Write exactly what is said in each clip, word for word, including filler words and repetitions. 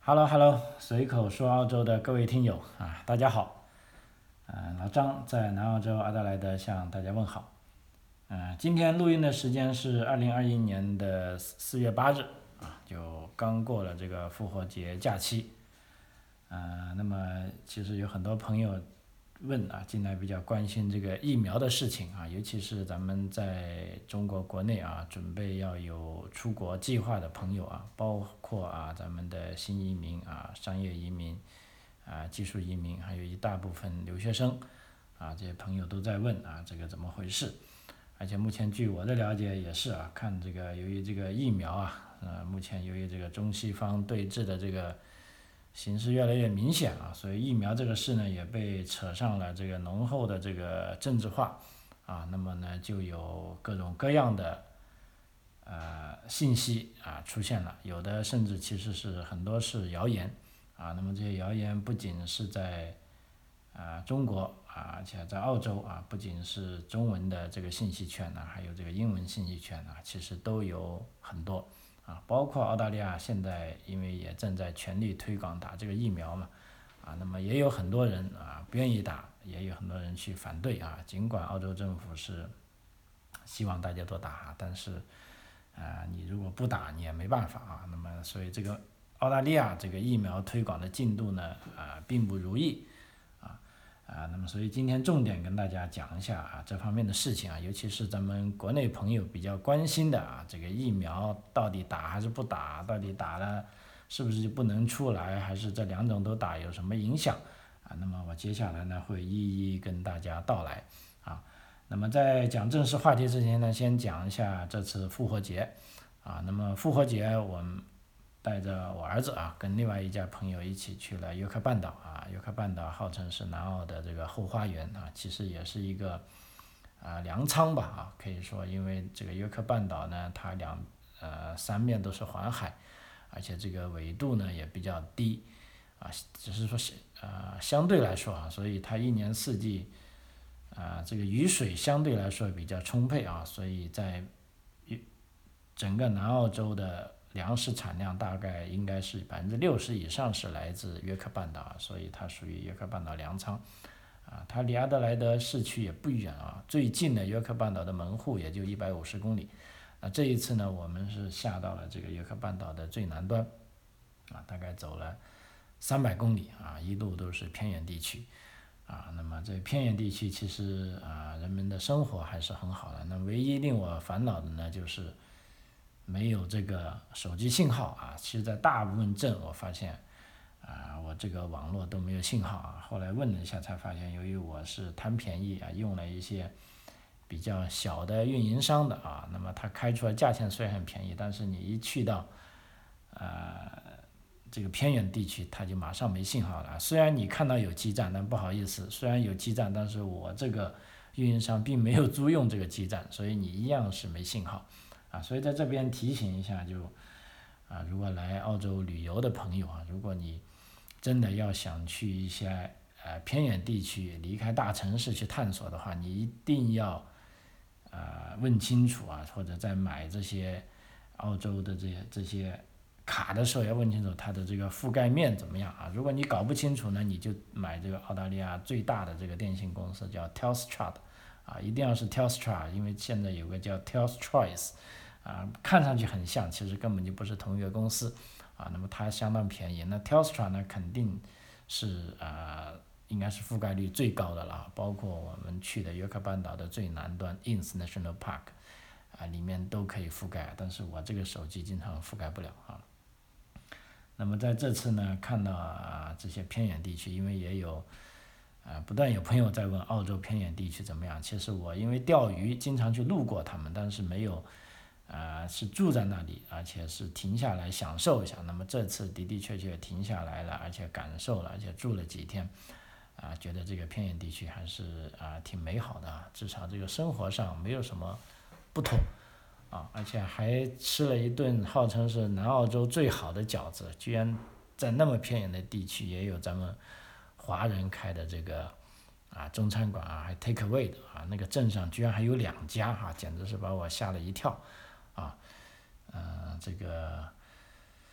Hello Hello，随口说澳洲的各位听友啊，大家好。呃，老张在南澳洲阿德莱德向大家问好。呃，今天录音的时间是二零二一年的四月八日啊，就刚过了这个复活节假期。呃，那么其实有很多朋友问啊，近来比较关心这个疫苗的事情啊，尤其是咱们在中国国内啊，准备要有出国计划的朋友啊，包括啊咱们的新移民啊、商业移民啊、技术移民，还有一大部分留学生啊，这些朋友都在问啊，这个怎么回事？而且目前据我的了解也是啊，看这个由于这个疫苗啊，呃，目前由于这个中西方对峙的这个形势越来越明显啊，所以疫苗这个事呢也被扯上了这个浓厚的这个政治化啊，那么呢就有各种各样的呃信息啊出现了，有的甚至其实是很多是谣言啊，那么这些谣言不仅是在啊中国啊，而且在澳洲啊，不仅是中文的这个信息圈呢，还有这个英文信息圈啊，其实都有很多。啊，包括澳大利亚现在因为也正在全力推广打这个疫苗嘛，啊，那么也有很多人啊不愿意打，也有很多人去反对啊。尽管澳洲政府是希望大家都打，但是啊，你如果不打你也没办法啊。那么所以这个澳大利亚这个疫苗推广的进度呢啊并不如意啊。啊，那么所以今天重点跟大家讲一下啊这方面的事情啊，尤其是咱们国内朋友比较关心的啊，这个疫苗到底打还是不打，到底打了是不是就不能出来，还是这两种都打有什么影响啊？那么我接下来呢会一一跟大家道来啊。那么在讲正式话题之前呢，先讲一下这次复活节啊。那么复活节我们带着我儿子啊，跟另外一家朋友一起去了约克半岛啊。约克半岛号称是南澳的这个后花园啊，其实也是一个啊粮仓吧啊，可以说因为这个约克半岛呢，它两呃三面都是环海，而且这个纬度呢也比较低啊，只是说呃相对来说啊，所以它一年四季啊这个雨水相对来说比较充沛啊，所以在整个南澳洲的粮食产量大概应该是百分之六十以上是来自约克半岛，所以它属于约克半岛粮仓啊。它离阿德莱德市区也不远啊，最近的约克半岛的门户也就一百五十公里。那这一次呢，我们是下到了这个约克半岛的最南端啊，大概走了三百公里啊，一路都是偏远地区啊。那么这偏远地区其实啊，人们的生活还是很好的。那唯一令我烦恼的呢，就是没有这个手机信号啊。其实在大部分镇我发现啊，我这个网络都没有信号啊。后来问了一下才发现，由于我是贪便宜啊，用了一些比较小的运营商的啊，那么他开出来价钱虽然很便宜，但是你一去到呃这个偏远地区，它就马上没信号了。虽然你看到有基站，但不好意思，虽然有基站，但是我这个运营商并没有租用这个基站，所以你一样是没信号啊。所以在这边提醒一下就，啊，如果来澳洲旅游的朋友啊，如果你真的要想去一些呃偏远地区，离开大城市去探索的话，你一定要呃问清楚啊，或者在买这些澳洲的这些这些卡的时候要问清楚它的这个覆盖面怎么样啊。如果你搞不清楚呢，你就买这个澳大利亚最大的这个电信公司叫 Telstra 啊，一定要是 Telstra，因为现在有个叫 Telschoice 啊，看上去很像，其实根本就不是同一个公司啊。那么它相当便宜，那 Telstra 呢肯定是呃应该是覆盖率最高的了，包括我们去的约克半岛的最南端 Ince National Park 啊，里面都可以覆盖，但是我这个手机经常覆盖不了啊。那么在这次呢，看到啊这些偏远地区，因为也有啊不断有朋友在问澳洲偏远地区怎么样。其实我因为钓鱼经常去路过他们，但是没有啊是住在那里，而且是停下来享受一下。那么这次的的确确停下来了，而且感受了，而且住了几天啊，觉得这个偏远地区还是啊挺美好的啊，至少这个生活上没有什么不同。啊，而且还吃了一顿号称是南澳洲最好的饺子，居然在那么偏远的地区也有咱们华人开的这个啊中餐馆啊，还 take away 的啊，那个镇上居然还有两家哈、啊，简直是把我吓了一跳啊。嗯、呃，这个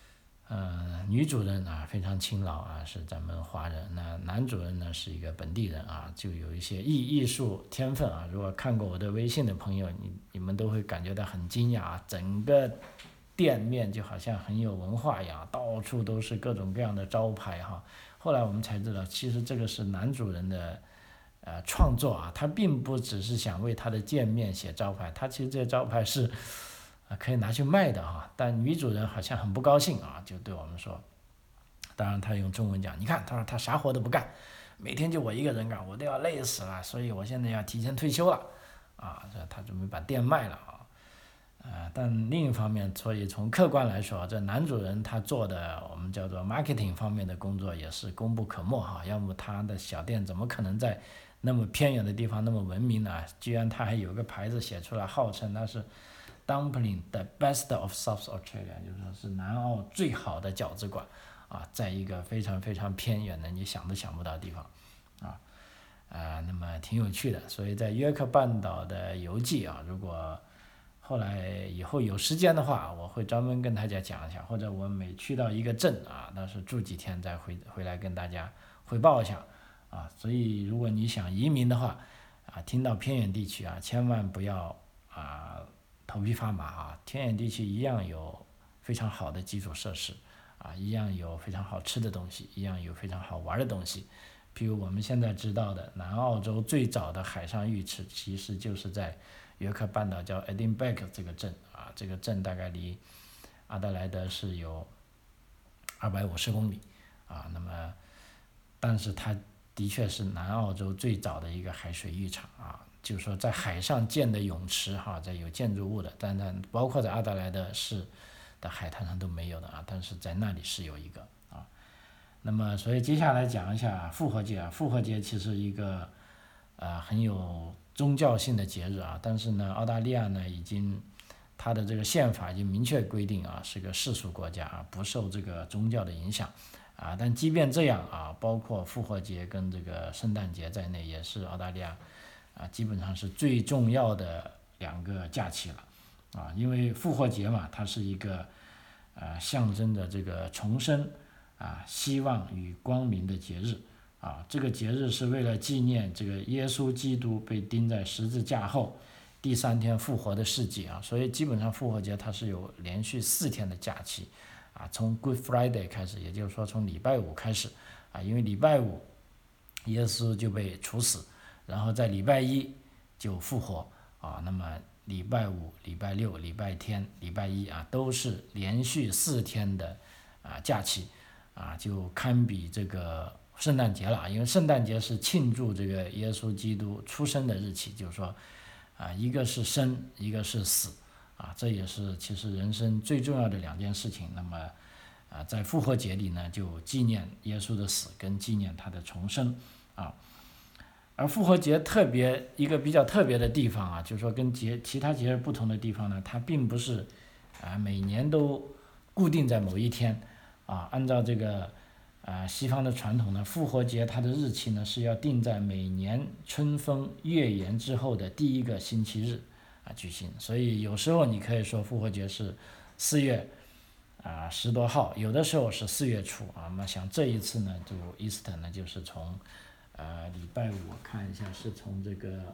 呃，女主人啊非常勤劳啊，是咱们华人。那男主人呢是一个本地人啊，就有一些艺艺术天分啊。如果看过我的微信的朋友，你你们都会感觉到很惊讶啊，整个店面就好像很有文化一样，到处都是各种各样的招牌哈。后来我们才知道，其实这个是男主人的呃创作啊，他并不只是想为他的店面写招牌，他其实这些招牌是。啊，可以拿去卖的哈，但女主人好像很不高兴啊，就对我们说，当然她用中文讲，你看，她说她啥活都不干，每天就我一个人干，我都要累死了，所以我现在要提前退休了，啊，这她准备把店卖了啊，呃，但另一方面，所以从客观来说，这男主人他做的我们叫做 marketing 方面的工作也是功不可没哈，要么他的小店怎么可能在那么偏远的地方那么文明呢？居然他还有个牌子写出来，号称那是。Dumpling the best of South Australia， 就是说是南澳最好的饺子馆啊，在一个非常非常偏远的你想都想不到的地方啊，呃，那么挺有趣的。所以在约克半岛的游记啊，如果后来以后有时间的话，我会专门跟大家讲一下，或者我每去到一个镇啊，到时候住几天再回回来跟大家汇报一下啊。所以如果你想移民的话啊，听到偏远地区啊，千万不要啊。头皮发麻啊！偏远地区一样有非常好的基础设施啊，一样有非常好吃的东西，一样有非常好玩的东西。譬如我们现在知道的，南澳洲最早的海上浴池，其实就是在约克半岛叫 Edinburgh 这个镇啊，这个镇大概离阿德莱德是有二百五十公里啊，那么但是它的确是南澳洲最早的一个海水浴场啊。就是说，在海上建的泳池哈，在有建筑物的，但但包括在阿德莱德市的海滩上都没有的啊，但是在那里是有一个啊。那么，所以接下来讲一下复活节啊，复活节其实一个呃很有宗教性的节日啊，但是呢，澳大利亚呢已经它的这个宪法已经明确规定啊，是个世俗国家啊，不受这个宗教的影响啊。但即便这样啊，包括复活节跟这个圣诞节在内，也是澳大利亚。啊，基本上是最重要的两个假期了，啊，因为复活节嘛，它是一个呃象征着这个重生啊、希望与光明的节日啊。这个节日是为了纪念这个耶稣基督被钉在十字架后第三天复活的事迹啊，所以基本上复活节它是有连续四天的假期啊，从 Good Friday 开始，也就是说从礼拜五开始啊，因为礼拜五耶稣就被处死。然后在礼拜一就复活啊，那么礼拜五、礼拜六、礼拜天、礼拜一啊，都是连续四天的啊假期啊，就堪比这个圣诞节了。因为圣诞节是庆祝这个耶稣基督出生的日期，就是说啊，一个是生，一个是死啊，这也是其实人生最重要的两件事情。那么啊，在复活节里呢，就纪念耶稣的死，跟纪念他的重生啊。而复活节特别一个比较特别的地方啊，就是说跟节其他节日不同的地方呢，它并不是啊每年都固定在某一天啊，按照这个啊西方的传统呢，复活节它的日期呢是要定在每年春分月圆之后的第一个星期日啊举行，所以有时候你可以说复活节是四月啊十多号，有的时候是四月初啊，那像这一次呢，就 Easter 呢就是从呃，礼拜五我看一下，是从这个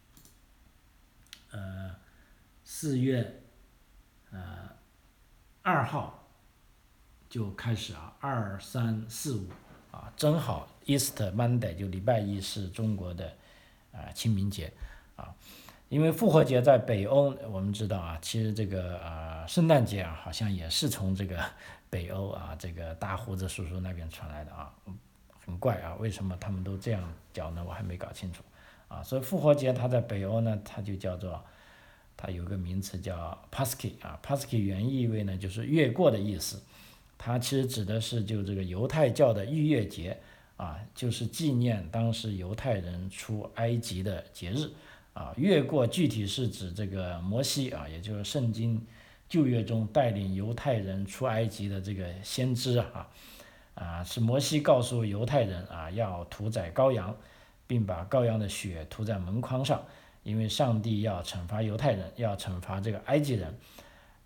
呃四月呃二号就开始啊，二三四五啊，正好 Easter Monday 就礼拜一是中国的啊、呃、清明节啊，因为复活节在北欧我们知道啊，其实这个呃圣诞节啊好像也是从这个北欧啊这个大胡子叔叔那边传来的啊。很怪啊，为什么他们都这样叫呢？我还没搞清楚啊。所以复活节它在北欧呢，它就叫做，它有个名词叫 Pasky 啊 ，Pasky 原意味呢就是越过的意思，它其实指的是就这个犹太教的逾越节啊，就是纪念当时犹太人出埃及的节日啊。越过具体是指这个摩西啊，也就是圣经旧约中带领犹太人出埃及的这个先知啊。啊，是摩西告诉犹太人啊，要屠宰羔羊，并把羔羊的血涂在门框上，因为上帝要惩罚犹太人，要惩罚这个埃及人，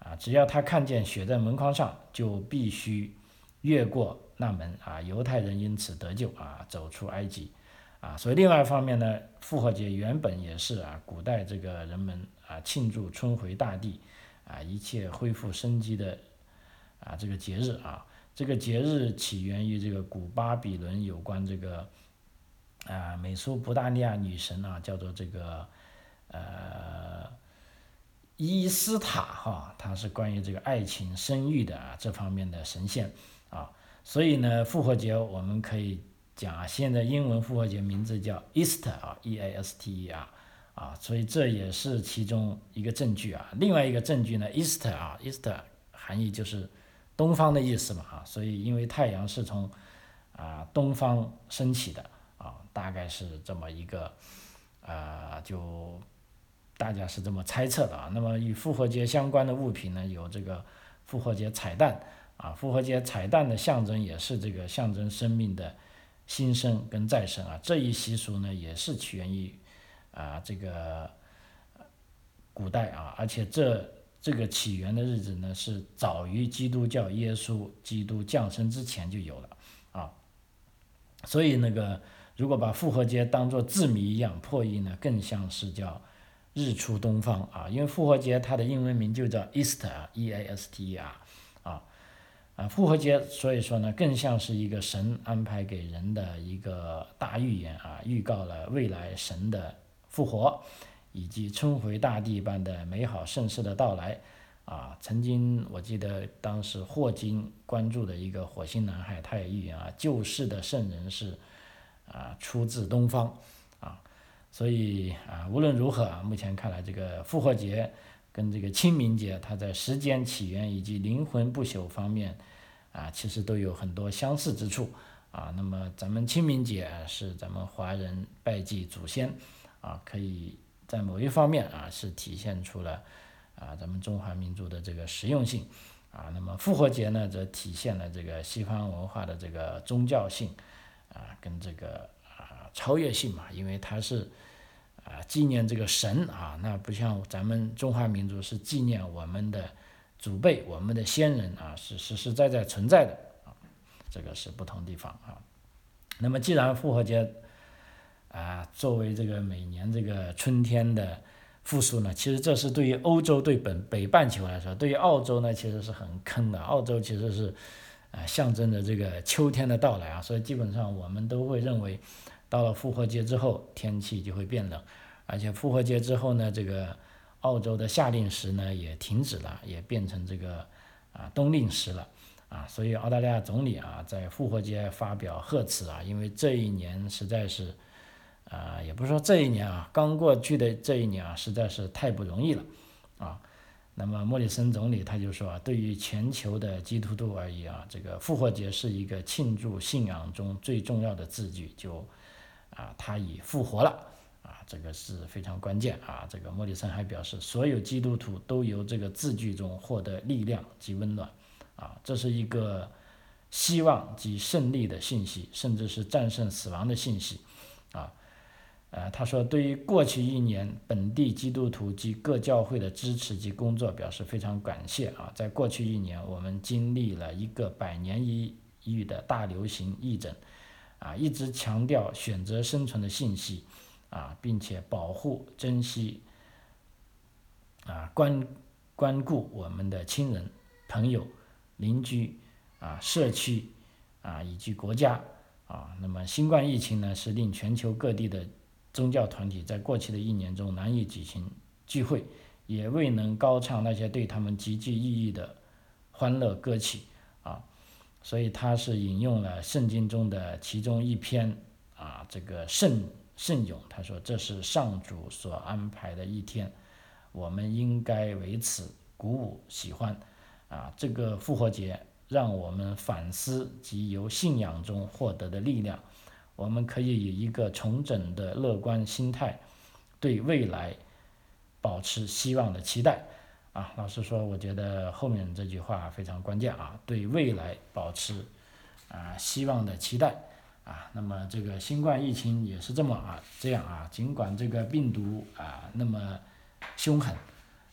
啊，只要他看见血在门框上，就必须越过那门啊，犹太人因此得救啊，走出埃及啊。所以另外一方面呢，复活节原本也是啊，古代这个人们啊庆祝春回大地啊，一切恢复生机的啊这个节日啊。这个节日起源于这个古巴比伦有关这个啊美苏不达利亚女神啊，叫做这个呃伊斯塔哈，它是关于这个爱情生育的啊这方面的神仙啊。所以呢，复活节我们可以讲啊，现在英文复活节名字叫 Easter 啊 ，E A S T E R 啊，所以这也是其中一个证据啊。另外一个证据呢 ，Easter 啊 ，Easter 含义就是东方的意思嘛啊，所以因为太阳是从啊东方升起的啊，大概是这么一个啊，就大家是这么猜测的啊。那么与复活节相关的物品呢，有这个复活节彩蛋啊，复活节彩蛋的象征也是这个象征生命的新生跟再生啊。这一习俗呢，也是起源于啊这个古代啊，而且这这个起源的日子呢，是早于基督教耶稣基督降生之前就有了啊。所以那个如果把复活节当作字谜一样破译呢，更像是叫日出东方啊，因为复活节它的英文名就叫 Easter，E A S T E R 啊啊，复活节所以说呢，更像是一个神安排给人的一个大预言啊，预告了未来神的复活，以及春回大地般的美好盛世的到来啊。曾经我记得当时霍金关注的一个火星男孩，他也预言啊，救世的圣人是啊出自东方啊。所以啊，无论如何啊，目前看来这个复活节跟这个清明节，它在时间起源以及灵魂不朽方面啊，其实都有很多相似之处啊。那么咱们清明节啊，是咱们华人拜祭祖先啊，可以在某一方面啊，是体现出了啊咱们中华民族的这个实用性啊。那么复活节呢，则体现了这个西方文化的这个宗教性啊，跟这个啊超越性嘛，因为它是啊，纪念这个神啊，那不像咱们中华民族是纪念我们的祖辈、我们的先人啊，是实实在在存在的啊，这个是不同地方啊。那么既然复活节啊作为这个每年这个春天的复苏呢，其实这是对于欧洲对本北半球来说，对于澳洲呢其实是很坑的。澳洲其实是啊象征着这个秋天的到来啊，所以基本上我们都会认为，到了复活节之后，天气就会变冷，而且复活节之后呢，这个澳洲的夏令时呢也停止了，也变成这个啊冬令时了啊。所以澳大利亚总理啊在复活节发表贺词啊，因为这一年实在是啊，也不是说这一年啊，刚过去的这一年啊，实在是太不容易了啊。那么莫里森总理他就说啊，对于全球的基督徒而言啊，这个复活节是一个庆祝信仰中最重要的字句，就啊，他已复活了啊，这个是非常关键啊。这个莫里森还表示，所有基督徒都由这个字句中获得力量及温暖啊，这是一个希望及胜利的信息，甚至是战胜死亡的信息啊。呃，他说，对于过去一年本地基督徒及各教会的支持及工作表示非常感谢啊。在过去一年，我们经历了一个百年一遇的大流行疫症啊，一直强调选择生存的信息啊，并且保护、珍惜啊、关关顾我们的亲人、朋友、邻居啊、社区啊以及国家啊。那么新冠疫情呢，是令全球各地的宗教团体在过去的一年中难以举行聚会，也未能高唱那些对他们极具意义的欢乐歌曲啊。所以他是引用了圣经中的其中一篇啊，这个圣圣咏，他说这是上主所安排的一天，我们应该为此鼓舞喜欢啊。这个复活节让我们反思及由信仰中获得的力量，我们可以以一个重整的乐观心态，对未来保持希望的期待啊。老实说，我觉得后面这句话非常关键啊，对未来保持啊希望的期待啊。那么这个新冠疫情也是这么啊这样啊，尽管这个病毒啊那么凶狠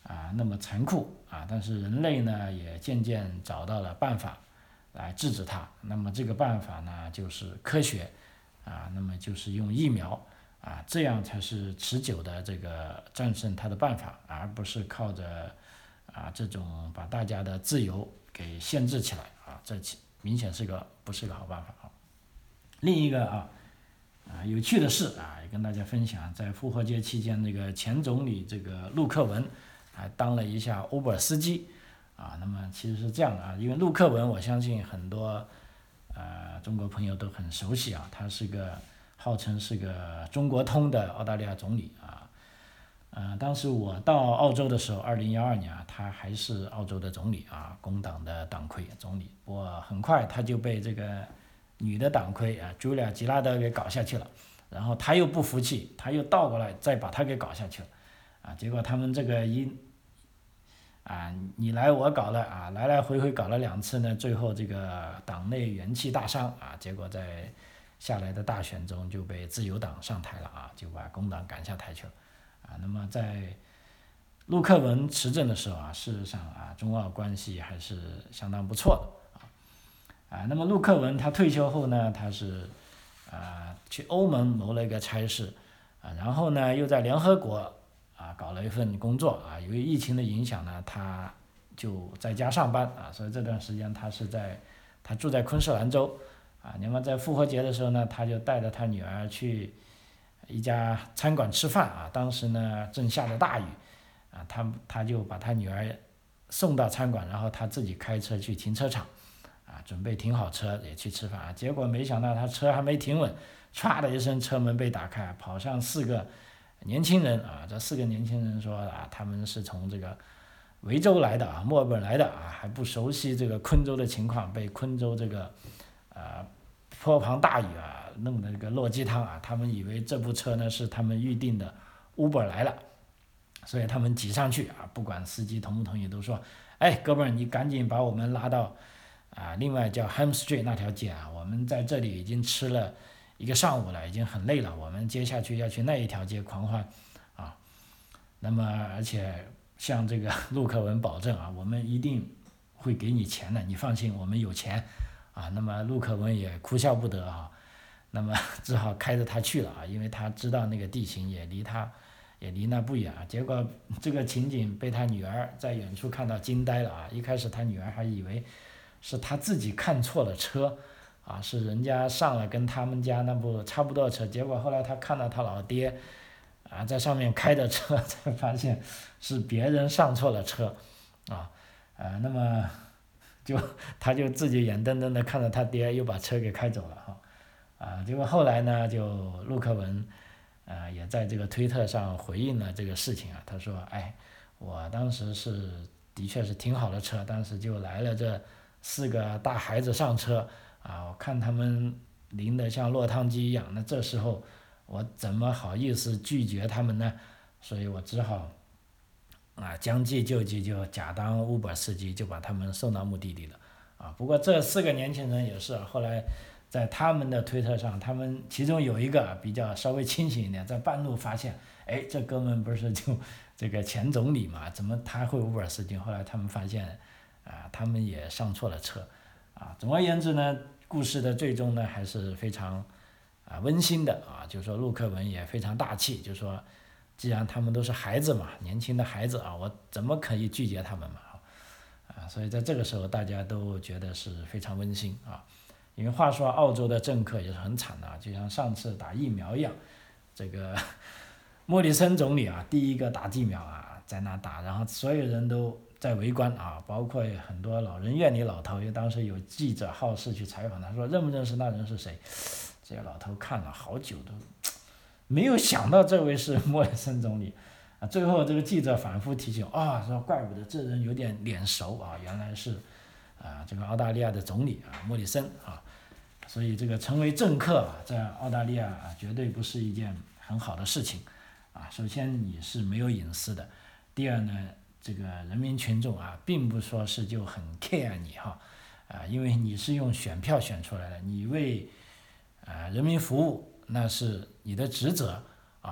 啊那么残酷啊，但是人类呢也渐渐找到了办法来制止它。那么这个办法呢就是科学啊，那么就是用疫苗啊，这样才是持久的这个战胜它的办法，而不是靠着啊这种把大家的自由给限制起来啊，这明显是个不是个好办法啊。另一个啊啊有趣的事啊，也跟大家分享，在复活节期间，这个前总理这个陆克文还当了一下 Uber 司机啊。那么其实是这样的啊，因为陆克文我相信很多呃中国朋友都很熟悉啊，他是个号称是个中国通的澳大利亚总理啊。呃，当时我到澳洲的时候，二零一二年啊，他还是澳洲的总理啊，工党的党魁总理。不过很快他就被这个女的党魁啊，茱莉亚·吉拉德给搞下去了，然后他又不服气，他又倒过来再把他给搞下去了，啊，结果他们这个一啊你来我搞了啊，来来回回搞了两次呢，最后这个党内元气大伤啊，结果在下来的大选中就被自由党上台了啊，就把工党赶下台去了啊。那么在陆克文执政的时候啊，事实上啊，中澳关系还是相当不错的。啊，那么陆克文他退休后呢，他是啊去欧盟谋了一个差事啊，然后呢又在联合国啊搞了一份工作啊，由于疫情的影响呢，他就在家上班啊，所以这段时间他是在他住在昆士兰州啊。那么在复活节的时候呢，他就带着他女儿去一家餐馆吃饭啊，当时呢正下着大雨啊，他他就把他女儿送到餐馆，然后他自己开车去停车场。啊，准备停好车也去吃饭啊，结果没想到他车还没停稳，唰的一声车门被打开，跑上四个年轻人啊，这四个年轻人说啊，他们是从这个维州来的啊，墨尔本来的啊，还不熟悉这个昆州的情况，被昆州这个呃泼盆大雨啊弄得这个落鸡汤啊，他们以为这部车呢是他们预定的 Uber 来了，所以他们挤上去啊，不管司机同不同意，都说，哎，哥们儿，你赶紧把我们拉到。啊，另外叫 Ham Street 那条街啊，我们在这里已经吃了一个上午了，已经很累了，我们接下去要去那一条街狂欢啊。那么而且向这个陆克文保证啊，我们一定会给你钱的，你放心，我们有钱啊。那么陆克文也哭笑不得啊，那么只好开着他去了啊，因为他知道那个地形也离他也离那不远啊。结果这个情景被他女儿在远处看到惊呆了啊，一开始他女儿还以为是他自己看错了车，啊，是人家上了跟他们家那部差不多的车，结果后来他看到他老爹，啊，在上面开着车，才发现是别人上错了车，啊，呃，那么就他就自己眼瞪瞪的看着他爹又把车给开走了哈，啊，结果后来呢，就陆克文，呃，也在这个推特上回应了这个事情啊，他说，哎，我当时是的确是停好了车，当时就来了这。四个大孩子上车啊，我看他们淋得像落汤鸡一样，那这时候我怎么好意思拒绝他们呢？所以我只好啊将计就计，就假当 Uber 司机，就把他们送到目的地了啊。不过这四个年轻人也是，后来在他们的推特上，他们其中有一个比较稍微清醒一点，在半路发现，哎，这哥们不是就这个前总理嘛，怎么他会 Uber 司机？后来他们发现。啊，他们也上错了车，啊，总而言之呢，故事的最终呢还是非常啊温馨的啊，就是说陆克文也非常大气，就是说，既然他们都是孩子嘛，年轻的孩子啊，我怎么可以拒绝他们嘛，啊，所以在这个时候大家都觉得是非常温馨啊，因为话说澳洲的政客也是很惨的，就像上次打疫苗一样，这个莫里森总理啊，第一个打疫苗啊，在那打，然后所有人都。在围观啊，包括很多老人院里老头，因为当时有记者好事去采访他，说认不认识那人是谁？这个老头看了好久都没有想到这位是莫里森总理啊。最后这个记者反复提醒啊，说怪不得这人有点脸熟啊，原来是啊这个澳大利亚的总理啊莫里森啊。所以这个成为政客啊，在澳大利亚啊绝对不是一件很好的事情啊。首先你是没有隐私的，第二呢。这个人民群众啊，并不说是就很 care 你哈，啊，因为你是用选票选出来的，你为啊人民服务，那是你的职责啊。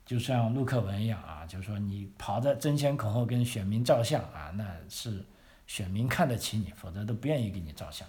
就像陆克文一样啊，就是说你跑在争先恐后跟选民照相啊，那是选民看得起你，否则都不愿意给你照相。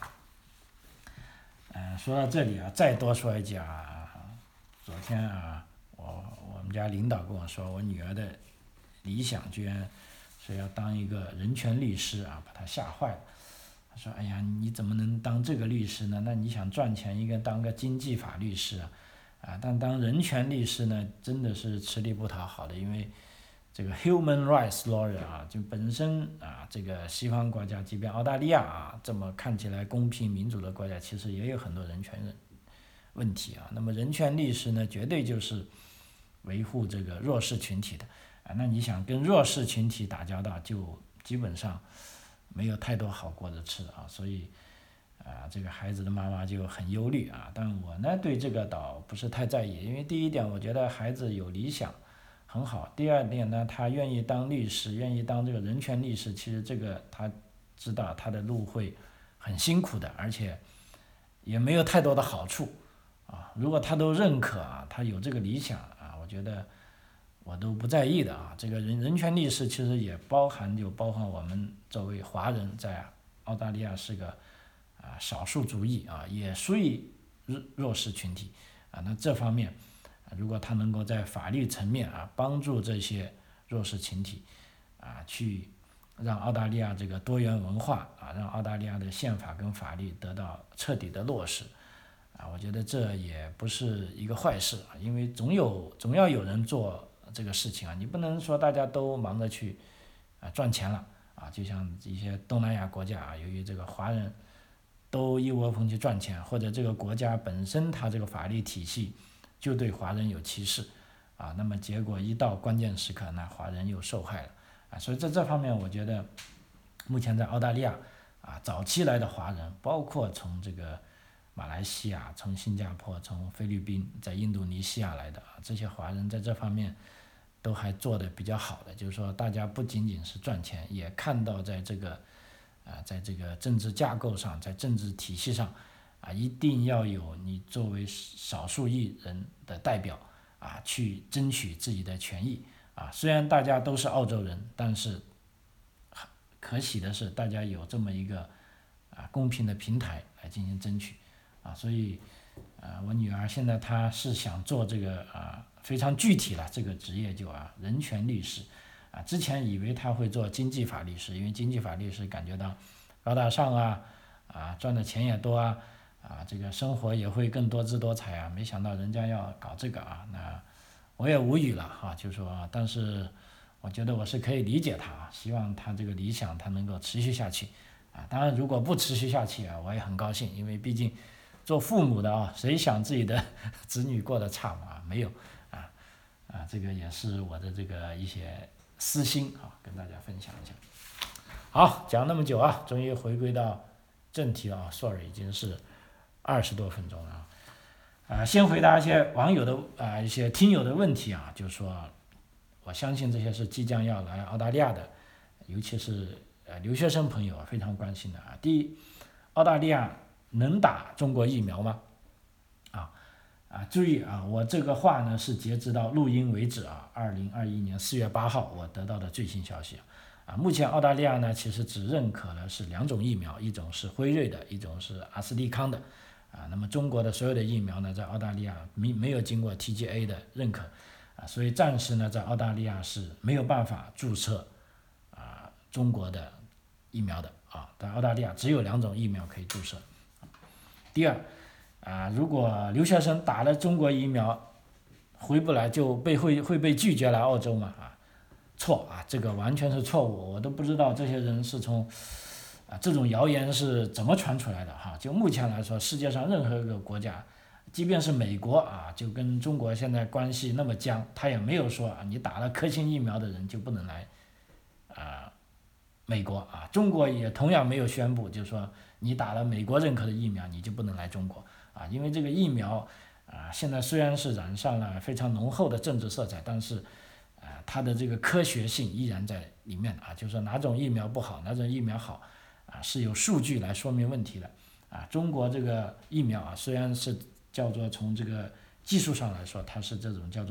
嗯，说到这里啊，再多说一句啊，昨天啊，我我们家领导跟我说，我女儿的理想居然是要当一个人权律师啊，把她吓坏了。他说：“哎呀，你怎么能当这个律师呢？那你想赚钱，应该当个经济法律师啊，啊，但当人权律师呢，真的是吃力不讨好的，因为这个 human rights lawyer 啊，就本身啊，这个西方国家，即便澳大利亚啊，这么看起来公平民主的国家，其实也有很多人权问题啊。那么人权律师呢，绝对就是维护这个弱势群体的啊。那你想跟弱势群体打交道，就基本上没有太多好过的吃啊。所以啊，这个孩子的妈妈就很忧虑啊。但我呢，对这个倒不是太在意，因为第一点，我觉得孩子有理想。很好。第二点呢，他愿意当律师，愿意当这个人权律师，其实这个他知道他的路会很辛苦的，而且也没有太多的好处啊。如果他都认可啊，他有这个理想啊，我觉得我都不在意的啊。这个人人权律师其实也包含就包含我们作为华人在澳大利亚是个啊少数族裔啊，也属于弱势群体啊。那这方面，如果他能够在法律层面啊帮助这些弱势群体啊去让澳大利亚这个多元文化啊，让澳大利亚的宪法跟法律得到彻底的落实啊，我觉得这也不是一个坏事啊，因为总有总要有人做这个事情啊，你不能说大家都忙着去啊赚钱了啊，就像一些东南亚国家啊，由于这个华人都一窝蜂去赚钱，或者这个国家本身它这个法律体系就对华人有歧视啊，那么结果一到关键时刻，那华人又受害了啊，所以在这方面，我觉得目前在澳大利亚啊，早期来的华人，包括从这个马来西亚、从新加坡、从菲律宾、在印度尼西亚来的啊，这些华人在这方面都还做得比较好的，就是说大家不仅仅是赚钱，也看到在这个啊，在这个政治架构上，在政治体系上。啊，一定要有你作为少数裔人的代表啊，去争取自己的权益啊。虽然大家都是澳洲人，但是可喜的是，大家有这么一个啊公平的平台来进行争取啊。所以啊，我女儿现在她是想做这个啊非常具体了这个职业就啊人权律师啊。之前以为她会做经济法律师，因为经济法律师感觉到高大上啊啊赚的钱也多啊。啊，这个生活也会更多姿多彩啊！没想到人家要搞这个啊，那我也无语了哈、啊。就说，但是我觉得我是可以理解他啊，希望他这个理想他能够持续下去啊。当然，如果不持续下去啊，我也很高兴，因为毕竟做父母的啊，谁想自己的子女过得差嘛？没有啊啊，这个也是我的这个一些私心啊，跟大家分享一下。好，讲那么久啊，终于回归到正题了啊 ，sorry， 已经是。二十多分钟了啊，先回答一些网友的啊一些听友的问题啊，就是说，我相信这些是即将要来澳大利亚的，尤其是呃留学生朋友非常关心的啊。第一，澳大利亚能打中国疫苗吗？啊啊，注意啊，我这个话呢是截止到录音为止啊，二零二一年四月八号我得到的最新消息啊。目前澳大利亚呢其实只认可了是两种疫苗，一种是辉瑞的，一种是阿斯利康的。啊，那么中国的所有的疫苗呢，在澳大利亚没没有经过 T G A 的认可，啊，所以暂时呢，在澳大利亚是没有办法注册啊中国的疫苗的啊，在澳大利亚只有两种疫苗可以注册。第二，啊，如果留学生打了中国疫苗回不来，就被会会被拒绝来澳洲嘛？啊，错啊，这个完全是错误，我都不知道这些人是从。啊，这种谣言是怎么传出来的哈？就目前来说，世界上任何一个国家，即便是美国啊，就跟中国现在关系那么僵，他也没有说啊，你打了科兴疫苗的人就不能来啊美国啊。中国也同样没有宣布，就是说你打了美国认可的疫苗，你就不能来中国啊。因为这个疫苗啊，现在虽然是染上了非常浓厚的政治色彩，但是啊，它的这个科学性依然在里面啊，就是说哪种疫苗不好，哪种疫苗好。啊，是有数据来说明问题的啊。中国这个疫苗啊，虽然是叫做从这个技术上来说，它是这种叫做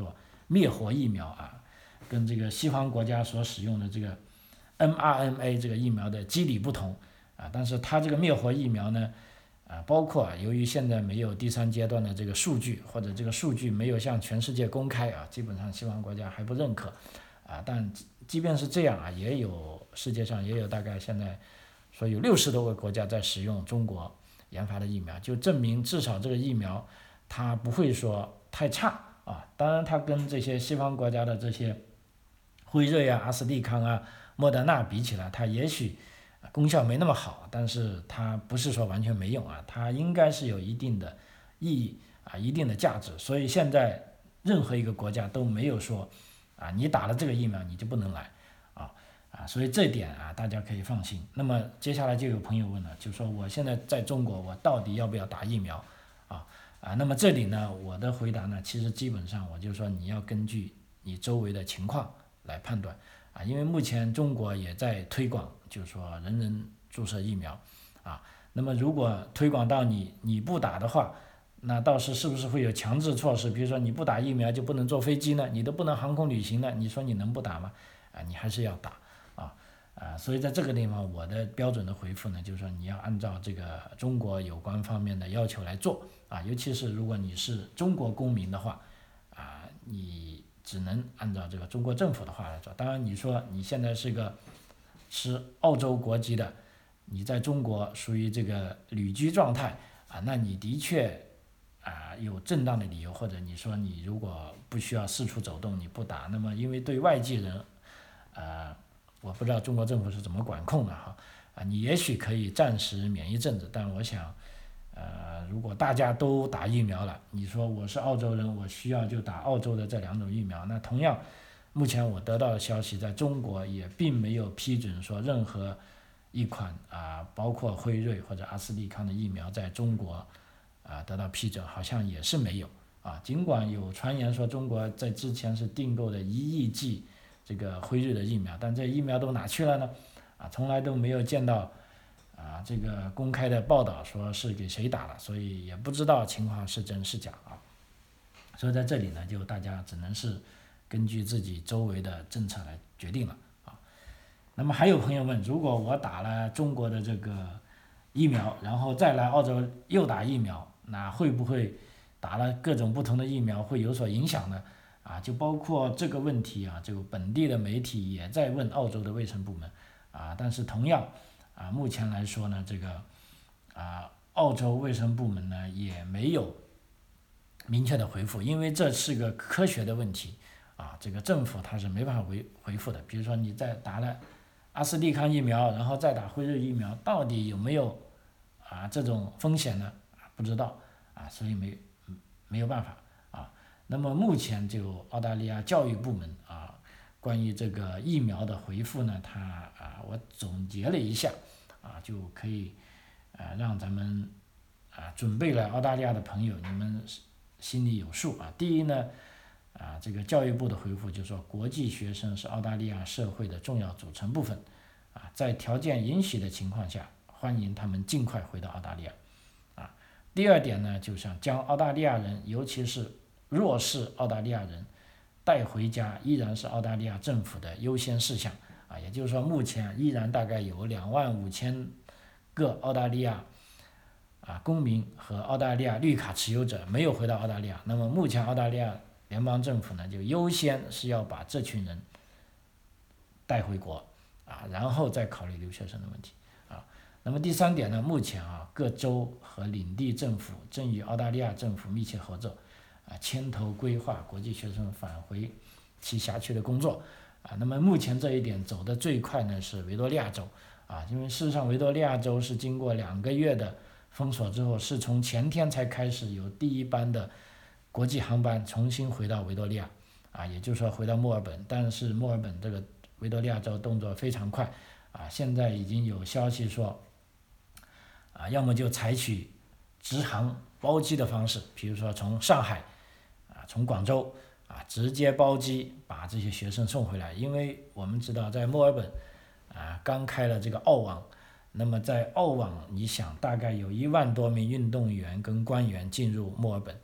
灭活疫苗啊，跟这个西方国家所使用的这个 M R N A 这个疫苗的机理不同啊，但是它这个灭活疫苗呢，啊，包括啊，由于现在没有第三阶段的这个数据，或者这个数据没有向全世界公开啊，基本上西方国家还不认可啊，但即便是这样啊，也有世界上也有大概现在说有六十多个国家在使用中国研发的疫苗，就证明至少这个疫苗它不会说太差啊。当然，它跟这些西方国家的这些辉瑞啊、阿斯利康啊、莫德纳比起来，它也许功效没那么好，但是它不是说完全没用啊，它应该是有一定的意义啊、一定的价值。所以现在任何一个国家都没有说啊，你打了这个疫苗你就不能来啊。啊，所以这点啊，大家可以放心。那么接下来就有朋友问了，就说我现在在中国，我到底要不要打疫苗啊？啊，那么这里呢，我的回答呢，其实基本上我就说你要根据你周围的情况来判断啊，因为目前中国也在推广，就是说人人注射疫苗啊。那么如果推广到你你不打的话，那到时是不是会有强制措施？比如说你不打疫苗就不能坐飞机呢，你都不能航空旅行呢？你说你能不打吗？啊，你还是要打。啊啊，所以在这个地方，我的标准的回复呢，就是说你要按照这个中国有关方面的要求来做啊，尤其是如果你是中国公民的话，啊，你只能按照这个中国政府的话来做。当然，你说你现在是个是澳洲国籍的，你在中国属于这个旅居状态啊，那你的确啊有正当的理由，或者你说你如果不需要四处走动，你不打，那么因为对外籍人，呃。我不知道中国政府是怎么管控的哈，啊，你也许可以暂时免一阵子，但我想，呃，如果大家都打疫苗了，你说我是澳洲人，我需要就打澳洲的这两种疫苗，那同样，目前我得到的消息，在中国也并没有批准说任何一款啊，包括辉瑞或者阿斯利康的疫苗在中国啊得到批准，好像也是没有啊，尽管有传言说中国在之前是订购了一亿剂。这个辉瑞的疫苗，但这疫苗都哪去了呢？啊，从来都没有见到啊这个公开的报道说是给谁打了，所以也不知道情况是真是假啊。所以在这里呢，就大家只能是根据自己周围的政策来决定了啊。那么还有朋友问，如果我打了中国的这个疫苗，然后再来澳洲又打疫苗，那会不会打了各种不同的疫苗会有所影响呢？啊，就包括这个问题啊，就本地的媒体也在问澳洲的卫生部门啊，但是同样啊，目前来说呢，这个啊，澳洲卫生部门呢也没有明确的回复，因为这是个科学的问题啊，这个政府它是没办法回回复的。比如说你在打了阿斯利康疫苗，然后再打辉瑞疫苗，到底有没有啊这种风险呢？不知道啊，所以没没有办法。那么目前就澳大利亚教育部门啊，关于这个疫苗的回复呢，它啊我总结了一下啊，就可以啊让咱们啊准备来澳大利亚的朋友，你们心里有数啊。第一呢，啊这个教育部的回复就说，国际学生是澳大利亚社会的重要组成部分啊，在条件允许的情况下，欢迎他们尽快回到澳大利亚啊。第二点呢，就想将澳大利亚人，尤其是弱势澳大利亚人带回家依然是澳大利亚政府的优先事项啊，也就是说，目前依然大概有两万五千个澳大利亚啊公民和澳大利亚绿卡持有者没有回到澳大利亚。那么目前澳大利亚联邦政府呢，就优先是要把这群人带回国啊，然后再考虑留学生的问题啊。那么第三点呢，目前啊各州和领地政府正与澳大利亚政府密切合作。啊，牵头规划国际学生返回其辖区的工作啊。那么目前这一点走得最快呢是维多利亚州啊，因为事实上维多利亚州是经过两个月的封锁之后，是从前天才开始有第一班的国际航班重新回到维多利亚啊，也就是说回到墨尔本。但是墨尔本这个维多利亚州动作非常快啊，现在已经有消息说啊，要么就采取直航包机的方式，比如说从上海。从广州啊直接包机把这些学生送回来，因为我们知道在墨尔本啊刚开了这个澳网，那么在澳网你想大概有一万多名运动员跟官员进入墨尔本，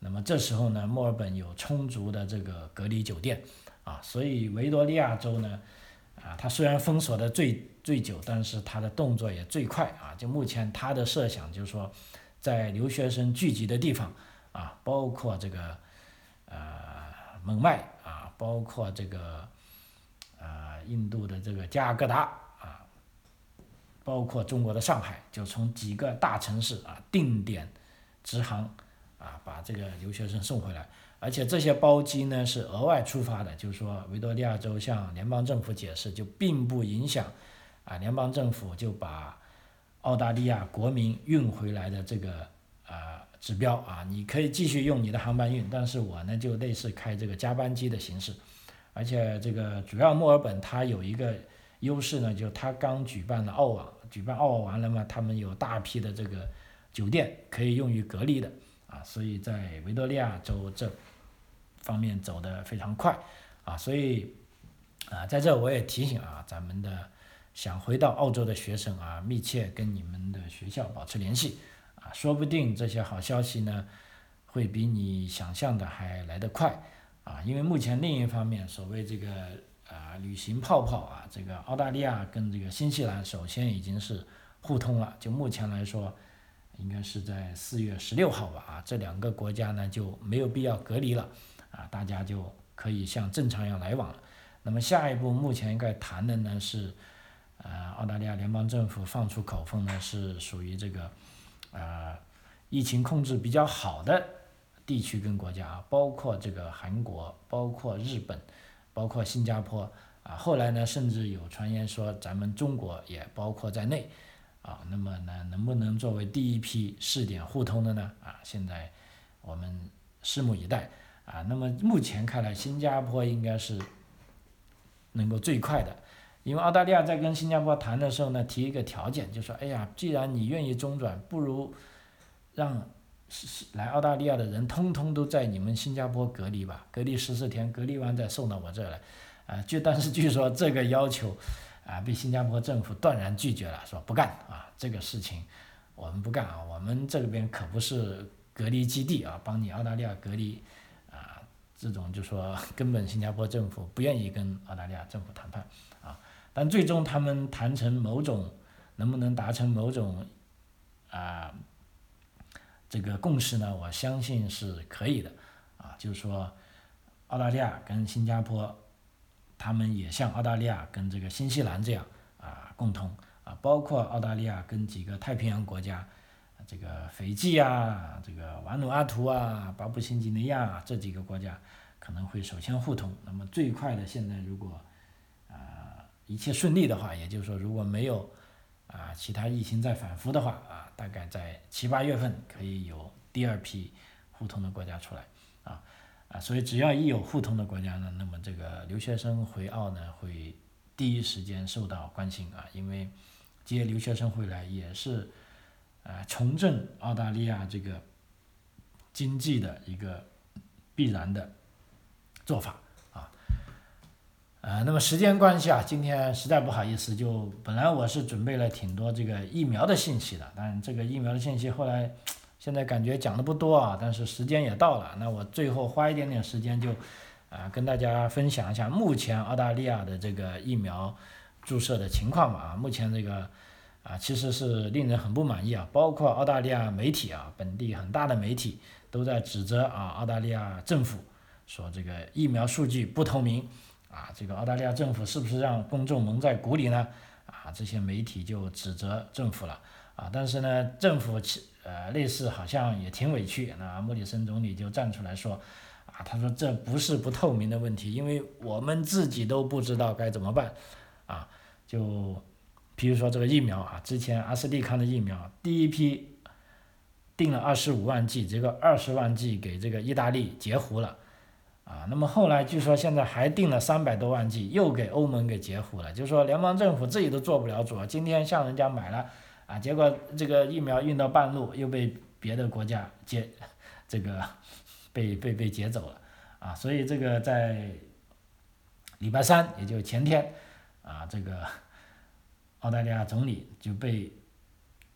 那么这时候呢，墨尔本有充足的这个隔离酒店啊，所以维多利亚州呢，啊，它虽然封锁的最最久，但是它的动作也最快啊。就目前它的设想就是说，在留学生聚集的地方啊，包括这个呃孟买啊，包括这个呃印度的这个加尔各答啊，包括中国的上海，就从几个大城市啊定点直航啊，把这个留学生送回来。而且这些包机呢是额外出发的，就是说维多利亚州向联邦政府解释，就并不影响啊联邦政府就把澳大利亚国民运回来的这个呃指标啊，你可以继续用你的航班运，但是我呢就类似开这个加班机的形式。而且这个主要墨尔本它有一个优势呢，就它刚举办了澳网，举办澳网完了嘛，他们有大批的这个酒店可以用于隔离的啊，所以在维多利亚州这方面走得非常快啊，所以啊，在这我也提醒啊，咱们的想回到澳洲的学生啊，密切跟你们的学校保持联系啊，说不定这些好消息呢，会比你想象的还来得快啊，因为目前另一方面，所谓这个啊旅行泡泡啊，这个澳大利亚跟这个新西兰首先已经是互通了，就目前来说。应该是在四月十六号吧，啊，这两个国家呢就没有必要隔离了，啊，大家就可以像正常一样来往了。那么下一步目前应该谈的呢是，呃，澳大利亚联邦政府放出口风呢是属于这个，呃，疫情控制比较好的地区跟国家啊，包括这个韩国，包括日本，包括新加坡啊，后来呢甚至有传言说咱们中国也包括在内。啊，那么呢，能不能作为第一批试点互通的呢？啊，现在我们拭目以待啊。那么目前看来，新加坡应该是能够最快的，因为澳大利亚在跟新加坡谈的时候呢，提一个条件，就说，哎呀，既然你愿意中转，不如让来澳大利亚的人通通都在你们新加坡隔离吧，隔离十四天，隔离完再送到我这儿来。啊，据但是据说这个要求。啊，被新加坡政府断然拒绝了，说不干啊，这个事情我们不干啊，我们这边可不是隔离基地啊，帮你澳大利亚隔离啊，这种就说根本新加坡政府不愿意跟澳大利亚政府谈判啊，但最终他们谈成某种，能不能达成某种啊这个共识呢？我相信是可以的啊，就是说澳大利亚跟新加坡。他们也像澳大利亚跟这个新西兰这样啊共同啊，包括澳大利亚跟几个太平洋国家，这个斐济啊，这个瓦努阿图啊，巴布新几内亚、啊、这几个国家可能会首先互通。那么最快的现在如果啊一切顺利的话，也就是说如果没有啊其他疫情再反复的话啊，大概在七八月份可以有第二批互通的国家出来啊。啊，所以只要一有互通的国家呢，那么这个留学生回澳呢，会第一时间受到关心啊，因为接留学生回来也是，呃，重振澳大利亚这个经济的一个必然的做法啊。呃，那么时间关系啊，今天实在不好意思，就本来我是准备了挺多这个疫苗的信息的，但这个疫苗的信息后来。现在感觉讲的不多啊，但是时间也到了，那我最后花一点点时间就，啊、呃，跟大家分享一下目前澳大利亚的这个疫苗注射的情况吧。啊，目前这个啊其实是令人很不满意啊，包括澳大利亚媒体啊，本地很大的媒体都在指责啊澳大利亚政府说这个疫苗数据不透明啊，这个澳大利亚政府是不是让公众蒙在鼓里呢？啊，这些媒体就指责政府了啊，但是呢，政府其呃，类似好像也挺委屈，那莫里森总理就站出来说，啊，他说这不是不透明的问题，因为我们自己都不知道该怎么办，啊，就比如说这个疫苗啊，之前阿斯利康的疫苗第一批订了二十五万剂，这个二十万剂给这个意大利截胡了，啊，那么后来据说现在还订了三百多万剂，又给欧盟给截胡了，就是说联邦政府自己都做不了主，今天向人家买了。啊，结果这个疫苗运到半路又被别的国家接，这个被被被劫走了啊，所以这个在礼拜三，也就前天啊，这个澳大利亚总理就被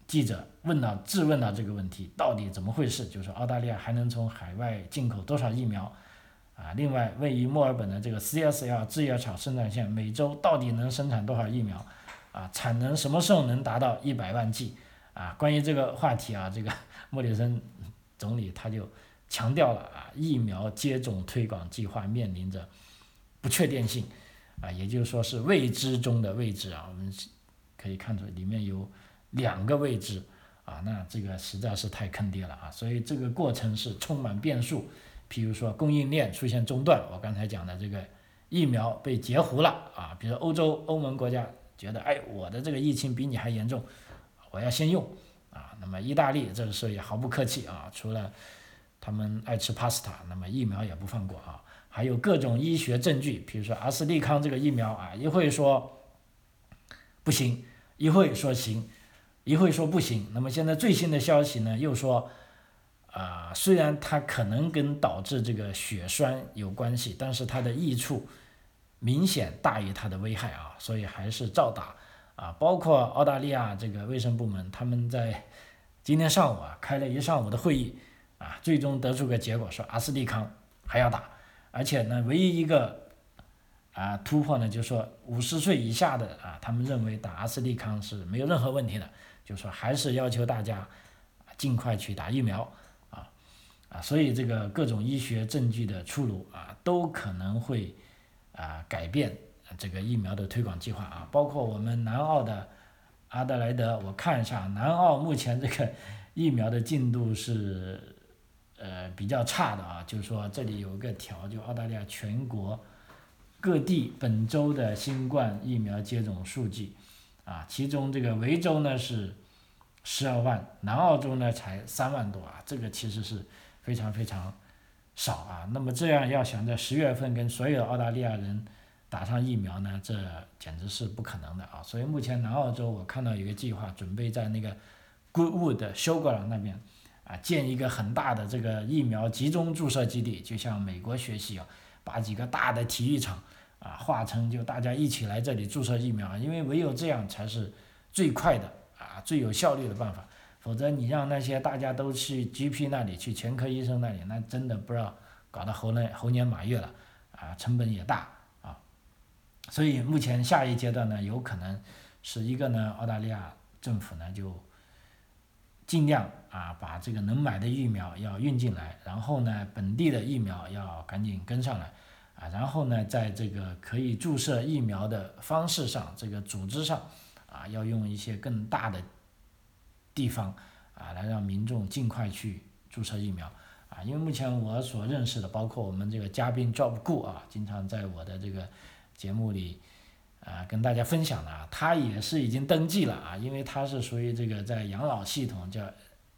记者问到质问到这个问题，到底怎么回事？就是说澳大利亚还能从海外进口多少疫苗？啊，另外位于墨尔本的这个 C S L 制药厂生产线每周到底能生产多少疫苗？啊，产能什么时候能达到一百万剂？啊，关于这个话题啊，这个莫里森总理他就强调了啊，疫苗接种推广计划面临着不确定性，啊，也就是说是未知中的未知啊，我们可以看出里面有两个未知啊，那这个实在是太坑爹了啊，所以这个过程是充满变数。譬如说供应链出现中断，我刚才讲的这个疫苗被截胡了啊，比如欧洲欧盟国家觉得，哎，我的这个疫情比你还严重，我要先用啊。那么意大利这个时候也毫不客气啊，除了他们爱吃 pasta， 那么疫苗也不放过啊。还有各种医学证据，比如说阿斯利康这个疫苗啊，一会说不行，一会说行，一会说不行。那么现在最新的消息呢，又说。啊、呃，虽然它可能跟导致这个血栓有关系，但是它的益处明显大于它的危害啊，所以还是照打啊。包括澳大利亚这个卫生部门，他们在今天上午啊开了一上午的会议啊，最终得出个结果，说阿斯利康还要打，而且呢，唯一一个啊突破呢，就是说五十岁以下的啊，他们认为打阿斯利康是没有任何问题的，就是说还是要求大家尽快去打疫苗。啊，所以这个各种医学证据的出炉啊，都可能会啊改变这个疫苗的推广计划啊，包括我们南澳的阿德莱德，我看一下，南澳目前这个疫苗的进度是呃比较差的啊，就是说这里有一个条，就澳大利亚全国各地本周的新冠疫苗接种数据啊，其中这个维州呢是十二万，南澳洲呢才三万多啊，这个其实是。非常非常少啊，那么这样要想在十月份跟所有澳大利亚人打上疫苗呢，这简直是不可能的啊！所以目前南澳洲我看到有个计划，准备在那个 Goodwood 休格朗那边啊建一个很大的这个疫苗集中注射基地，就像美国学习啊，把几个大的体育场啊划成就大家一起来这里注射疫苗，因为唯有这样才是最快的啊最有效率的办法。否则你让那些大家都去 G P 那里去全科医生那里，那真的不知道搞得猴年猴年马月了啊，成本也大啊。所以目前下一阶段呢，有可能是一个呢，澳大利亚政府呢就尽量啊把这个能买的疫苗要运进来，然后呢本地的疫苗要赶紧跟上来啊，然后呢在这个可以注射疫苗的方式上，这个组织上啊要用一些更大的地方啊，来让民众尽快去注册疫苗啊，因为目前我所认识的，包括我们这个嘉宾 Job Gu 啊，经常在我的这个节目里啊跟大家分享的啊，他也是已经登记了啊，因为他是属于这个在养老系统叫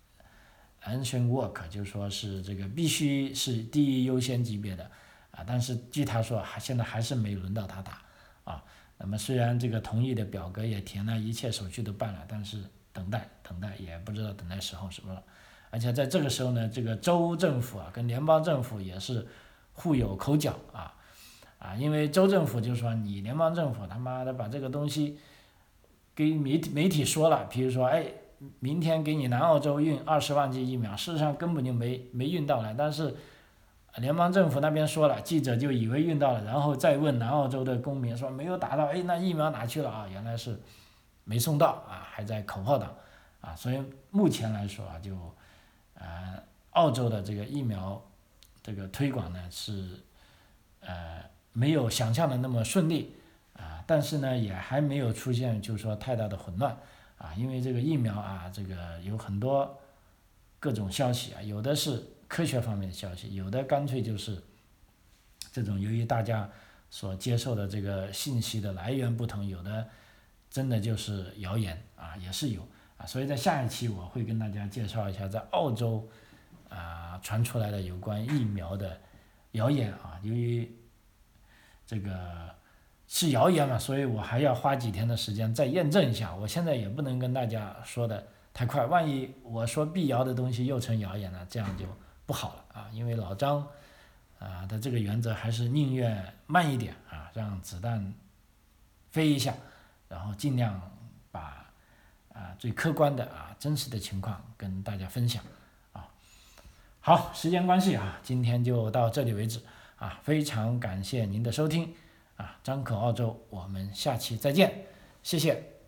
Ancient Work， 就是说是这个必须是第一优先级别的啊，但是据他说，还现在还是没轮到他打啊。那么虽然这个同意的表格也填了，一切手续都办了，但是等待等待也不知道等待时候什么了，而且在这个时候呢，这个州政府啊跟联邦政府也是互有口角啊啊，因为州政府就说你联邦政府他妈的把这个东西给媒体媒体说了，比如说哎，明天给你南澳洲运二十万剂疫苗，事实上根本就没没运到来，但是联邦政府那边说了，记者就以为运到了，然后再问南澳洲的公民说没有打到，哎，那疫苗哪去了啊？原来是没送到啊，还在口号党啊，所以目前来说啊，就呃澳洲的这个疫苗这个推广呢是呃没有想象的那么顺利啊，但是呢也还没有出现就是说太大的混乱啊，因为这个疫苗啊，这个有很多各种消息啊，有的是科学方面的消息，有的干脆就是这种由于大家所接受的这个信息的来源不同，有的真的就是谣言啊，也是有啊，所以在下一期我会跟大家介绍一下在澳洲啊传出来的有关疫苗的谣言啊，由于这个是谣言嘛，所以我还要花几天的时间再验证一下，我现在也不能跟大家说的太快，万一我说辟谣的东西又成谣言了，这样就不好了啊，因为老张啊的这个原则还是宁愿慢一点啊，让子弹飞一下，然后尽量把啊啊最客观的啊真实的情况跟大家分享啊。好，时间关系啊，今天就到这里为止啊，非常感谢您的收听啊，张口澳洲，我们下期再见，谢谢。